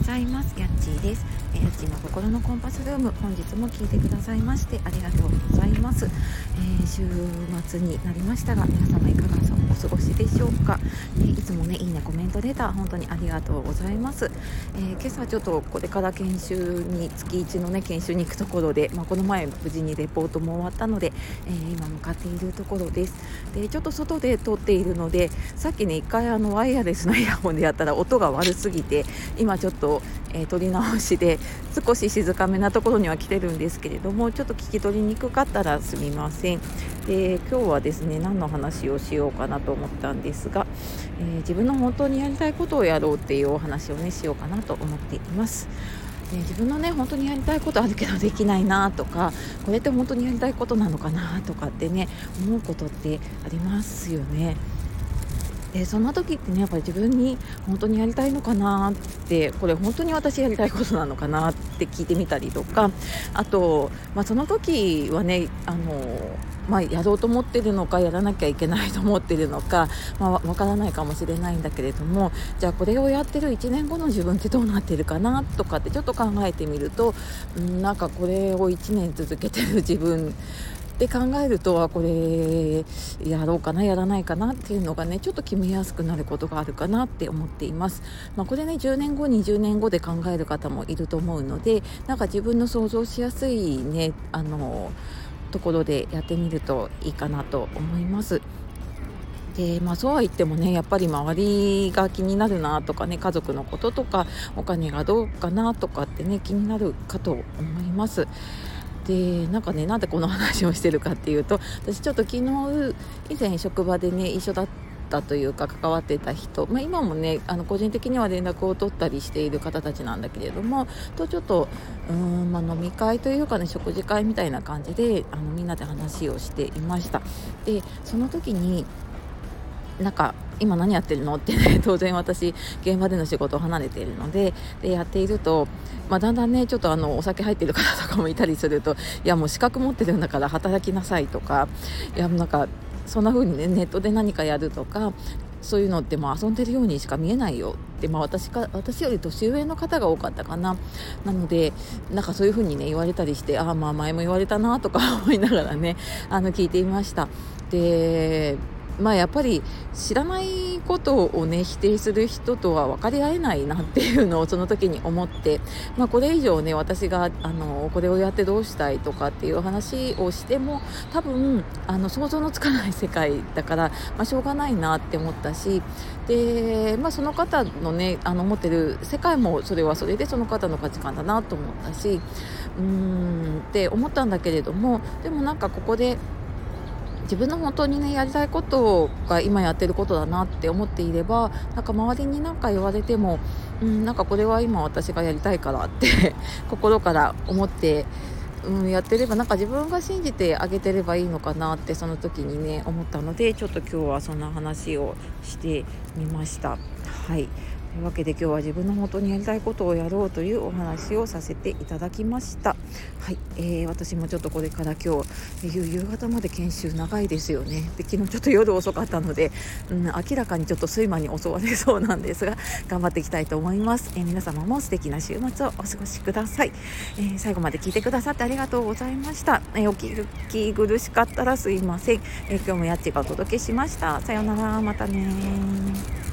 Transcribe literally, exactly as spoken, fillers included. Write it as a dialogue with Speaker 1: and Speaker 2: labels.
Speaker 1: ざいます。やっちーです。えー、やっちーの心のコンパスルーム、本日も聞いてくださいましてありがとうございます。えー、週末になりましたが、皆様いかがお過ごしでしょうか。えー、いつもねいいねコメントレター本当にありがとうございます。えー、今朝ちょっとこれから研修に月いちのね研修に行くところで、まあ、この前無事にレポートも終わったので、えー、今向かっているところです。でちょっと外で撮っているので、さっきね一回あのワイヤレスのイヤホンでやったら音が悪すぎて、今ちょっと、えー、撮り直しで少し静かめなところには来てるんですけれども、ちょっと聞き取りにくかったらすみません。で今日はですね何の話をしようかなと思ったんですが、えー、自分の本当にやりたいことをやろうっていうお話をねしようかなと思っています。で自分のね本当にやりたいことあるけどできないなとか、これって本当にやりたいことなのかなとかってね思うことってありますよね。でそんな時ってねやっぱり自分に本当にやりたいのかなって、これ本当に私やりたいことなのかなって聞いてみたりとか、あと、まあ、その時はねあの、まあ、やろうと思ってるのかやらなきゃいけないと思ってるのか、まあ、わからないかもしれないんだけれども、じゃあこれをやってるいちねんごの自分ってどうなってるかなとかってちょっと考えてみると、うん、なんかこれをいちねん続けてる自分で考えるとはこれやろうかなやらないかなっていうのがねちょっと決めやすくなることがあるかなって思っています。まあ、これねじゅうねんごにじゅうねんごで考える方もいると思うので、なんか自分の想像しやすいねあのところでやってみるといいかなと思います。でまあ、そうは言ってもねやっぱり周りが気になるなとかね、家族のこととかお金がどうかなとかってね気になるかと思います。でなんかねなんでこの話をしてるかっていうと、私ちょっと昨日以前職場でね一緒だったというか関わっていた人、まあ、今もねあの個人的には連絡を取ったりしている方たちなんだけれども、とちょっとうーん、まあ、飲み会というかね食事会みたいな感じであのみんなで話をしていました。でその時になんか今何やってるのってね当然私現場での仕事を離れているので、でやっていると、まあ、だんだんねちょっとあのお酒入ってる方とかもいたりすると、いやもう資格持ってるんだから働きなさいとか、いやなんかそんな風にねネットで何かやるとかそういうのってもう遊んでるようにしか見えないよって、まあ、私か私より年上の方が多かったかな。なのでなんかそういう風にね言われたりして、ああまあ前も言われたなとか思いながらねあの聞いていました。でまあやっぱり知らないことをね否定する人とは分かり合えないなっていうのをその時に思って、まあ、これ以上ね私があのこれをやってどうしたいとかっていう話をしても多分あの想像のつかない世界だから、まあ、しょうがないなって思ったし、で、まあ、その方のねあの持ってる世界もそれはそれでその方の価値観だなと思ったし、うーんって思ったんだけれども、でもなんかここで自分の本当にねやりたいことが今やってることだなって思っていれば、なんか周りに何か言われても、うん、なんかこれは今私がやりたいからって心から思って、うん、やってればなんか自分が信じてあげてればいいのかなってその時にね思ったので、ちょっと今日はそんな話をしてみました。はい、というわけで今日は自分の本当にやりたいことをやろうというお話をさせていただきました。はい、えー、私もちょっとこれから今日夕方まで研修長いですよね。で昨日ちょっと夜遅かったので、うん、明らかにちょっと睡魔に襲われそうなんですが頑張っていきたいと思います。えー、皆様も素敵な週末をお過ごしください。えー、最後まで聞いてくださってありがとうございました。えー、お聞き苦しかったらすいません。えー、今日もやっちがお届けしました。さようなら、またね。